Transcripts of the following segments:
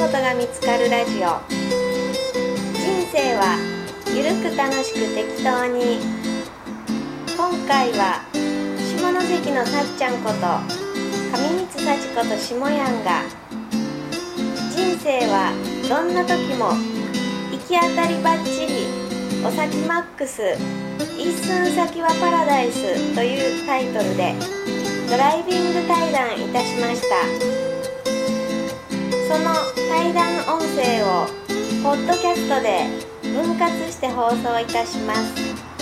ことが見つかるラジオ。人生はゆるく楽しく適当に。今回は下関のさっちゃんこと上光幸子と下やんが、人生はどんな時も行き当たりばっちりお先マックス一寸先はパラダイスというタイトルでドライビング対談いたしました。その対談音声をポッドキャストで分割して放送いたします。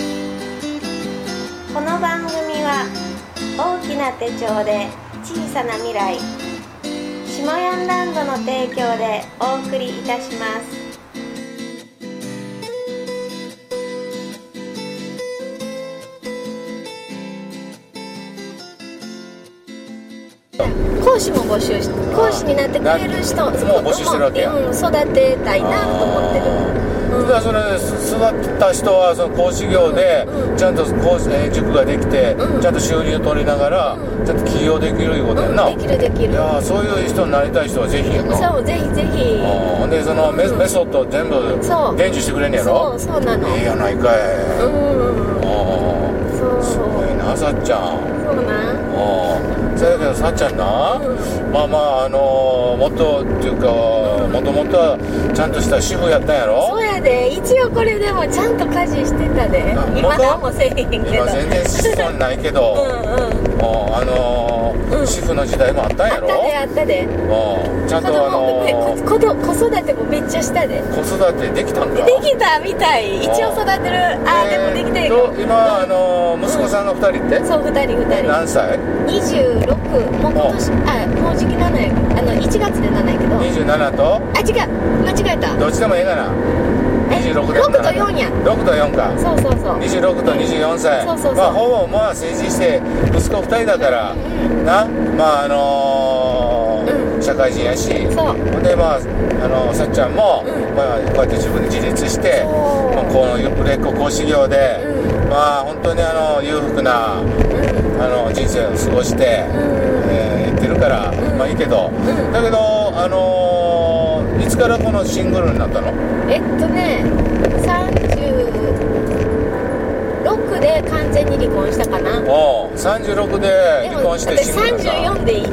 この番組は大きな手帳で小さな未来、下やんランドの提供でお送りいたします。講師も募集して、講師になってくれる人も募集してるわけや、 育てたいなと思ってる。 だからそれ育った人はその講師業でちゃんと塾ができて、ちゃんと収入取りながらちゃんと起業できるいうことやな。 できる。 いやそういう人になりたい人はぜひやな。 そう、ぜひぜひ。 でそのメソッド全部伝授してくれんねやろ。 そうなの。 やないかい。すごいなさっちゃん。 そうな。 そやけどさっちゃんな、もっとっていうかもともとはちゃんとした主婦やったんやろ。 そうやで、一応これでもちゃんと家事してたで。今何もせえへんけど。 今全然しそうにないけど主婦の時代もあったんやろ。 あったでちゃんと子育てもめっちゃしたで。 子育てできたんか。 できたみたい。一応育てる。でもできてるよ。 今息子さんが2人って。 そう、2人。 何歳 ？26。もう今年もう時期7や。1月で7やけど。 27と違う、間違えた。 どっちでもええかな。26で 6と4や。 6と4か。 そう 26と24歳。 そうほぼ成人して息子2人だからな。社会人やし、でさっちゃんも、こうやって自分で自立して、この売れっ子講師業で、本当に裕福な、人生を過ごして、行ってるから、いいけど、だけどいつからこのシングルになったの ？36で完全に離婚したかな。 36で離婚してシングルになった。 34でいい。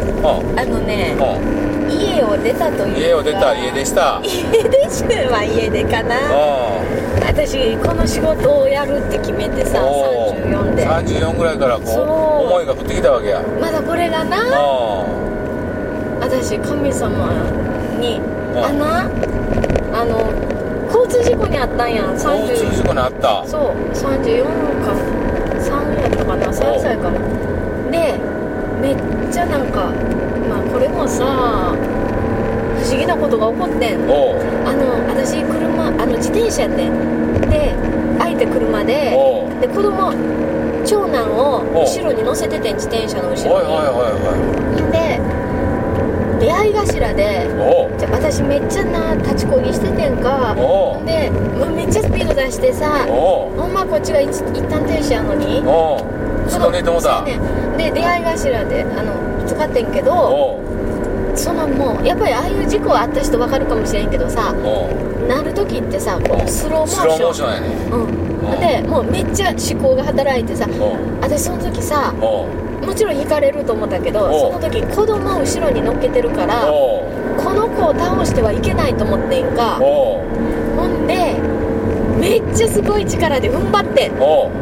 家を出たというか。 家でした。 家出は家出かな。私この仕事をやるって決めてさ、34で。 34ぐらいから思いが降ってきたわけや。 まだこれがな。私神様に交通事故にあったんやん。 交通事故にあった。 そう、34か3やったかな、3歳かな。でめっちゃなんかこれもさ不思議なことが起こってん。私自転車やってんで、相手車で子供長男を後ろに乗せててん、自転車の後ろに。で出会い頭で私めっちゃ立ちこぎしててんか。でめっちゃスピード出してさ、ほんまこっちが一旦停止やのに突っ込んでいってもうた。 で出会い頭で使ってんけど、もうやっぱりああいう事故あった人分かるかもしれんけどさ、なる時ってさスローモーションやね。 でもうめっちゃ思考が働いてさ、私その時さもちろん引かれると思ったけど、その時子供を後ろに乗っけてるから、この子を倒してはいけないと思ってんか。ほんでめっちゃすごい力で踏ん張って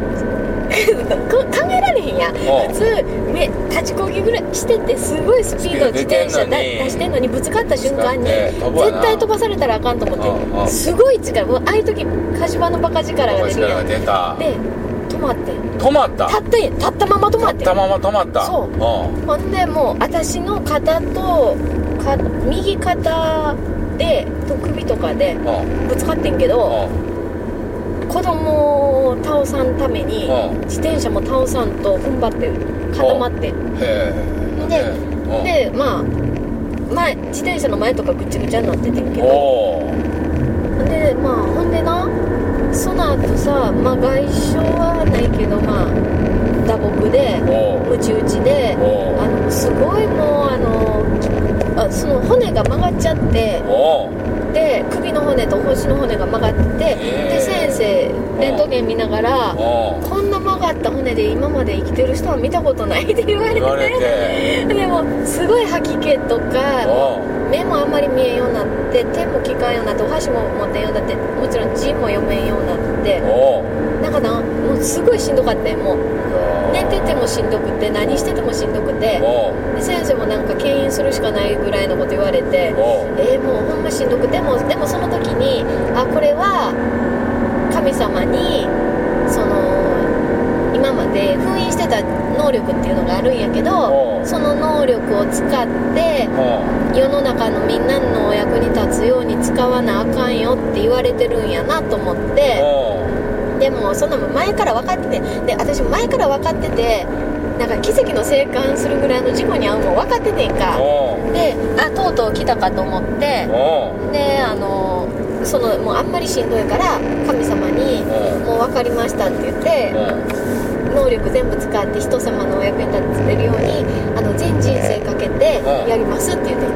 考えられへんやん。普通立ちこぎぐらいしててすごいスピード自転車出してんのにぶつかった瞬間に絶対飛ばされたらあかんと思って、すごい力、ああいう時火事場のバカ力が出るやん。で止まった立ったまま止まったそうほんでもう私の肩と右肩でと首とかでぶつかってんけど、子供を倒さんために自転車も倒さんと踏ん張って固まってで自転車の前とかぐちゃぐちゃになっててんけど、でほんでな、その後さ、外傷はないけど打撲でムチ打ちで、すごいもうその骨が曲がっちゃって、で首の骨と腰の骨が曲がってて、で先生レントゲン見ながら、こんな曲がった骨で今まで生きてる人は見たことないって言われてでもすごい吐き気とか、目もあんまり見えんようになって、手も効かんようになって、お箸も持てんようになって、もちろん字も読めんようになって、なんかもうすごいしんどかったよ。もう寝ててもしんどくて、何しててもしんどくて、で先生もなんか牽引するしかないぐらいのこと言われて、もうほんましんどくて、でもその時にこれは神様にその今まで封印してた能力っていうのがあるんやけど、その能力を使って世の中のみんなのお役に立つように使わなあかんよって言われてるんやなと思って、でもそんなの前から分かってて、で私前から分かってて、なんか奇跡の生還するぐらいの事故に遭うの分かっててんか。でとうとう来たかと思って、でそのもうあんまりしんどいから神様にもう分かりましたって言って、能力全部使って人様のお役に立てるように全人生かけてやりますって言って、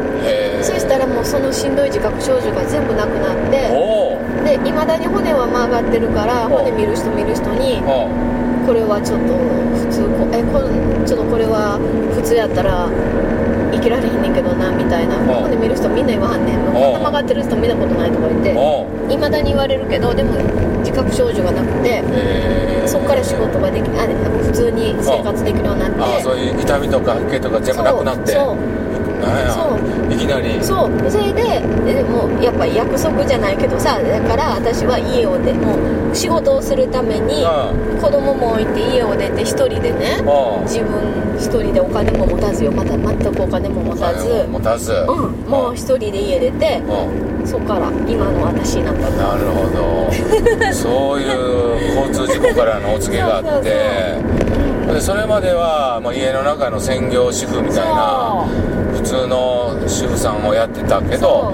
そしたらもうそのしんどい自覚症状が全部なくなって、で未だに骨は曲がってるから、骨見る人にこれはちょっと普通ちょっとこれは普通やったら生きられへんねんけどなみたいな、骨見る人みんな言わはんねん、こんな曲がってる人見たことないとか言って未だに言われるけど、でも自覚症状がなくて、そっから仕事ができ普通に生活できるようになって、 そういう痛みとか吐き気とか全部なくなって、いきなりそれでもうやっぱり約束じゃないけどさ、だから私は家を出もう仕事をするために子供も置いて家を出て一人でね、自分一人でお金も持たずよ、また全くお金も持たず、もう一人で家出て、そっから今の私になった。 なるほどそういう交通事故からのお告げがあってでそれまでは、家の中の専業主婦みたいな普通の主婦さんをやってたけど、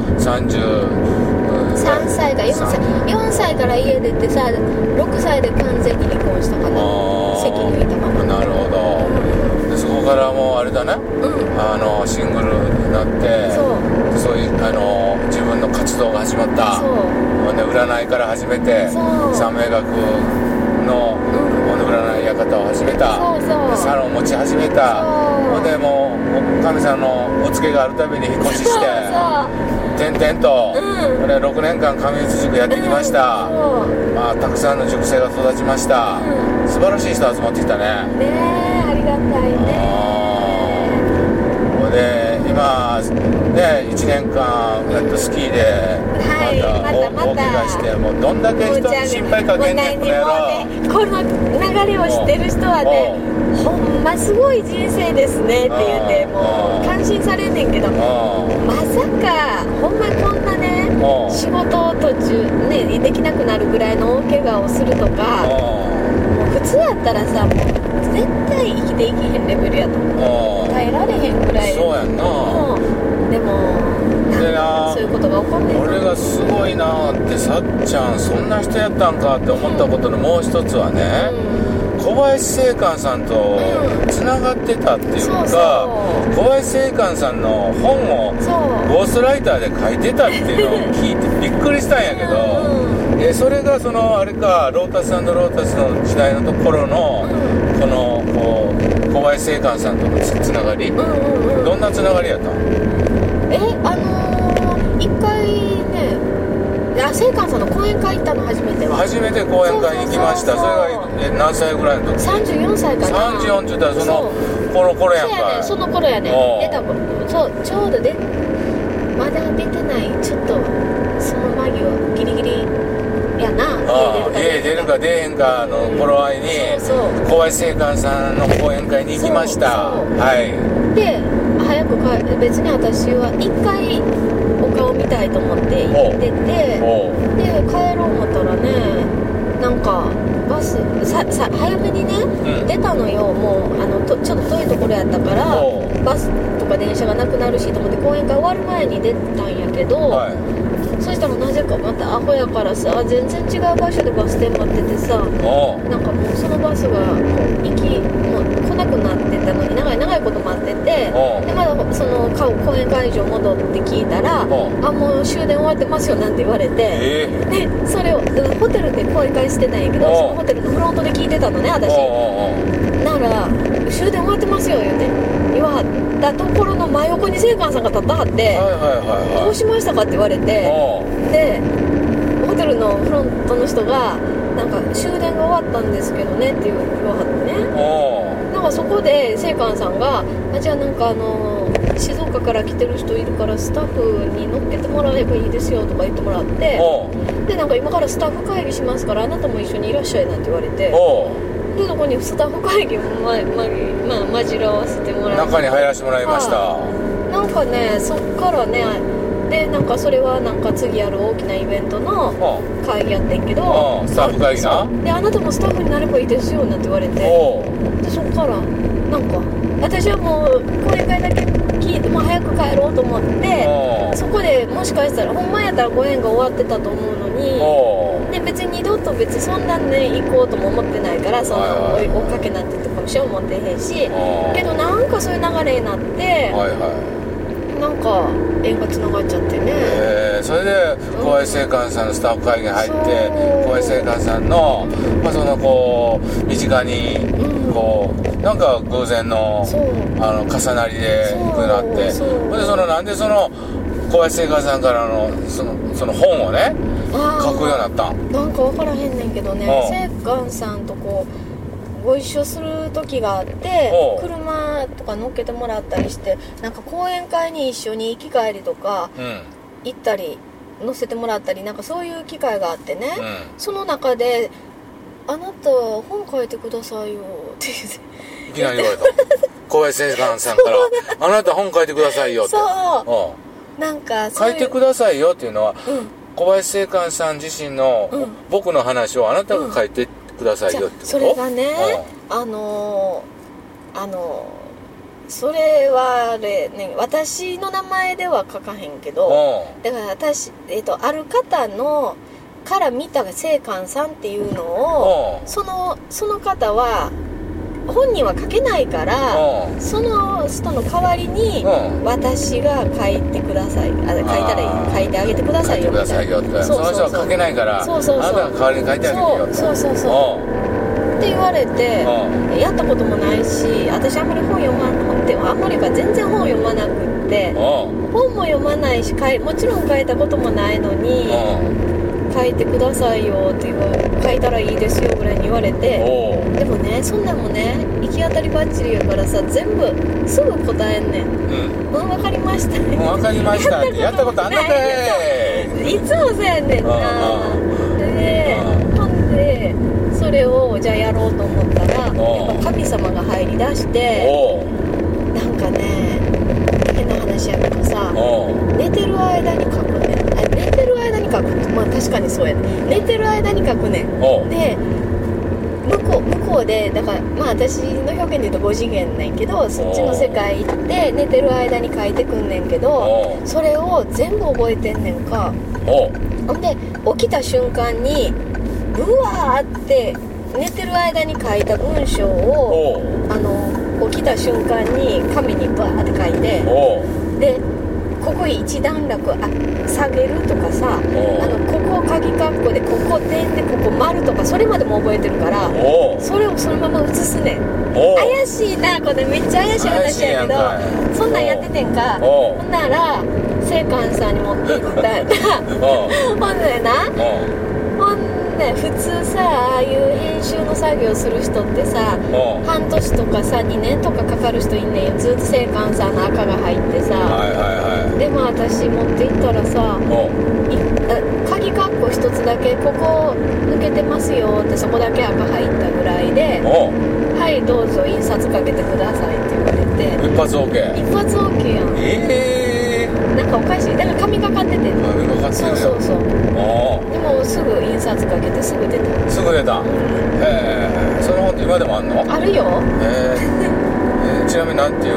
3歳か4歳から家出てさ、6歳で完全に離婚したかな、籍抜いたまま。 なるほど。でそこからもうあれだね、シングルになって、そういう自分の活動が始まった。で占いから始めて、三名学の占い館を始めた、サロンを持ち始めた。でもう神様のお告げがあるたびに引っ越しして転々と、6年間上内塾やってきました。たくさんの塾生が育ちました。素晴らしい人集まってきたね。 ありがたいね。 で今ね1年間スキーでまた大怪我して、もうどんだけ人に心配かけんねんこの野郎。 この流れを知ってる人はね、ほんますごい人生ですねって言ってもう感心されんねんけど、まさかほんまにこんなね仕事途中ねできなくなるぐらいの大怪我をするとか、もう普通やったらさ、もう絶対生きていけへんレベルやと思う。耐えられへんぐらい。 そうやんな。 でもそういうことが起こんねん。 俺がすごいなって、さっちゃんそんな人やったんかって思ったことのもう一つはね、小林正観さんとつながってたっていうか、小林正観さんの本をゴーストライターで書いてたっていうのを聞いてびっくりしたんやけど、それがあれか、ロータス&ロータスの時代のところのこの小林正観さんとのつながり、どんなつながりやったの？ 一回ね、正観さんの講演会行ったの初めて講演会に行きました。それが何歳ぐらいの時？34歳かな。 34って言ったらその頃やんか。 その頃やね。出た頃、そうちょうどまだ出てない、ちょっとその間際ギリギリやな。 家出るか出へんかの頃合いに小林正観さんの講演会に行きました。 で早く別に私は一回お顔見たいと思って行ってて、で帰ろう思ったらね、なんかバス早めにね、出たのよ。もうちょっと遠いところやったからバスとか電車がなくなるしと思って講演会終わる前に出たんやけど、そしたらなぜかまたアホやからさ、全然違う場所でバス停待っててさ、なんかもうそのバスがもう来なくなってたのに長いこと待ってて、でまだその講演会会場戻って聞いたら、もう終電終わってますよなんて言われて、でそれをホテルで声返してたんやけど、そのホテルのフロントで聞いてたのね私。だから終電終わってますよ言わはったところの真横に青函さんが立ったはって、どうしましたかって言われて、でホテルのフロントの人がなんか終電が終わったんですけどねって言わはってね。なんかそこで青函さんがじゃあなんか静岡から来てる人いるからスタッフに乗っけてもらえばいいですよとか言ってもらって、でなんか今からスタッフ会議しますからあなたも一緒にいらっしゃいなんて言われて、でそこにスタッフ会議も混らわせてもらって中に入らせてもらいました。 なんかねそっからね、でなんかそれはなんか次ある大きなイベントの会議やってんけど、 スタッフ会議な。 であなたもスタッフになればいいですよなんて言われて、でそっからなんか私はもう講演会だけ聞いてもう早く帰ろうと思って、そこでもしかしたらほんまやったらご縁が終わってたと思うのに、で別に二度と別にそんなね行こうとも思ってないから、そんな追っかけなんてとかもしよう思ってへんし、けどなんかそういう流れになって、なんか縁がつながっちゃってね。 それで小林青函さんのスタッフ会議に入って、小林青函さんの、そのこう身近にこうなんか偶然の重なりで行くなって、でなんでその小林青函さんからのその本をね書くようになったんなんか分からへんねんけどね、青函さんとこうご一緒する時があって、車とか乗っけてもらったりして、なんか講演会に一緒に行き帰りとか、行ったり乗せてもらったりなんかそういう機会があってね、その中であなた本書いてくださいよって言っていきなり言われた小林青函さんからあなた本書いてくださいよって。 なんか書いてくださいよっていうのは、小林青函さん自身の、僕の話をあなたが書いてくださいよってこと。 それがね、それはね私の名前では書かへんけど、だから私、ある方のから見た青函さんっていうのを、その方は本人は書けないから、その人の代わりに私が書いてください、書いてあげてくださいよみたいな。 その人は書けないから、あなたが代わりに書いてあげてよって言われて、やったこともないし、私あんまり本読まなくて、あんまりか全然本読まなくって、本も読まないしもちろん書いたこともないのに、書いてくださいよって書いたらいいですよぐらいに言われて、でもねそんなんもね行き当たりばっちりやからさ、全部すぐ答えんねん。分かりましたね、 分かりましたってやったことあんのかい。 いつもそうやねんな。でほんでそれをじゃあやろうと思ったら、やっぱ神様が入りだして、なんかね変な話やけどさ、寝てる間に書くねん。寝てる間に書くって、確かにそうやね。寝てる間に書くねん。で向こうでだから私の表現で言うと5次元なんやけど、そっちの世界行って寝てる間に書いてくんねんけど、それを全部覚えてんねんか。ほんで起きた瞬間にブワーって寝てる間に書いた文章を起きた瞬間に紙にバーって書いて、でここ一段落下げるとかさ、ここ鍵括弧でここ点でここ丸とかそれまでも覚えてるから、それをそのまま写すねん。怪しいな、これめっちゃ怪しい話やけど、そんなんやっててんか。ほんなら青函さんに持って行ったらほんでな、普通さああいう編集の作業する人ってさ、半年とかさ2年とかかかる人いんねんよ。ずっと青函さんの赤が入ってさ、で私持って行ったらさ、鍵括弧一つだけここ抜けてますよって、そこだけ赤入ったぐらいで、はいどうぞ印刷かけてくださいって言われて、 一発 OK。 一発 OK やん。なんかおかしい。だから紙かかってて、そうでもすぐ印刷かけてすぐ出た。 その本って今でもあんの？ あるよ。 ちなみになんていう？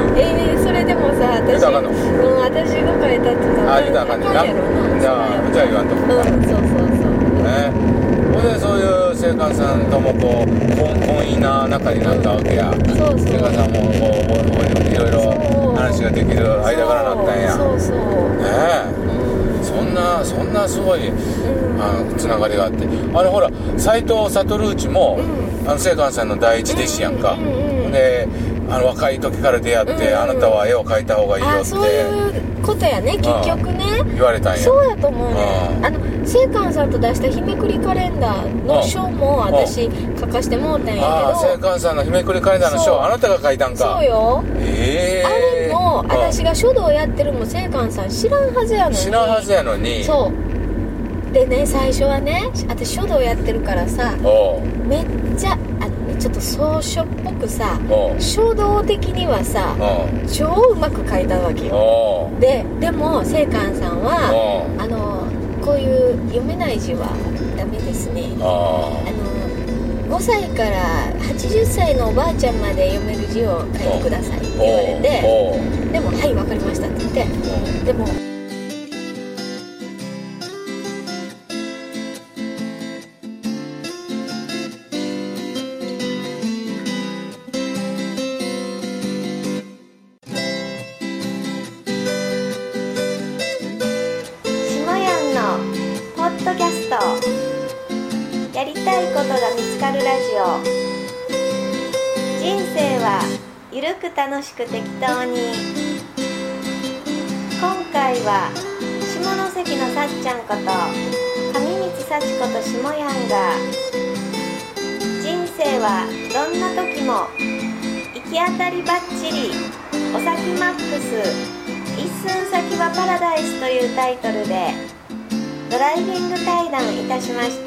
それでもさ、私が書いたって言ったらあかんねんな。じゃあ言わんとこか。ほんでそういう青函さんともこう婚姻な仲になったわけや。青函さんもこういろいろ話ができる間柄になったんや。 ながりがあって、ほら斎藤悟内も、清観さんの第一弟子やんか、で若い時から出会って、あなたは絵を描いた方がいいよってそういうことやね、結局ね、 言われたんや。 そうやと思うね。清観さんと出した日めくりカレンダーの書も私書かしてもうたんやけど、 清観さんの日めくりカレンダーの書あなたが書いたんか。 そうよ。あれも私が書道やってるも清観さん知らんはずやのに。 知らんはずやのに。 そうでね、最初はね、私書道やってるからさ、めっちゃちょっと草書っぽくさ、書道的にはさ、超うまく書いたわけよ。でも清観さんはこういう読めない字はダメですね、5歳から80歳のおばあちゃんまで読める字を書いてくださいって言われて、でもはい分かりましたって言って、でもやりたいことが見つかるラジオ。人生はゆるく楽しく適当に。今回は下関のさっちゃんこと上光幸子と下やんが、人生はどんな時も行き当たりばっちりお先マックス一寸先はパラダイスというタイトルでドライビング対談いたしました。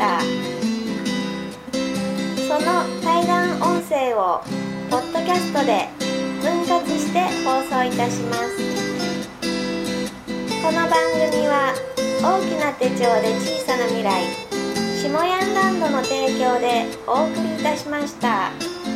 その対談音声をポッドキャストで分割して放送いたします。この番組は大きな手帳で小さな未来、下ヤンランドの提供でお送りいたしました。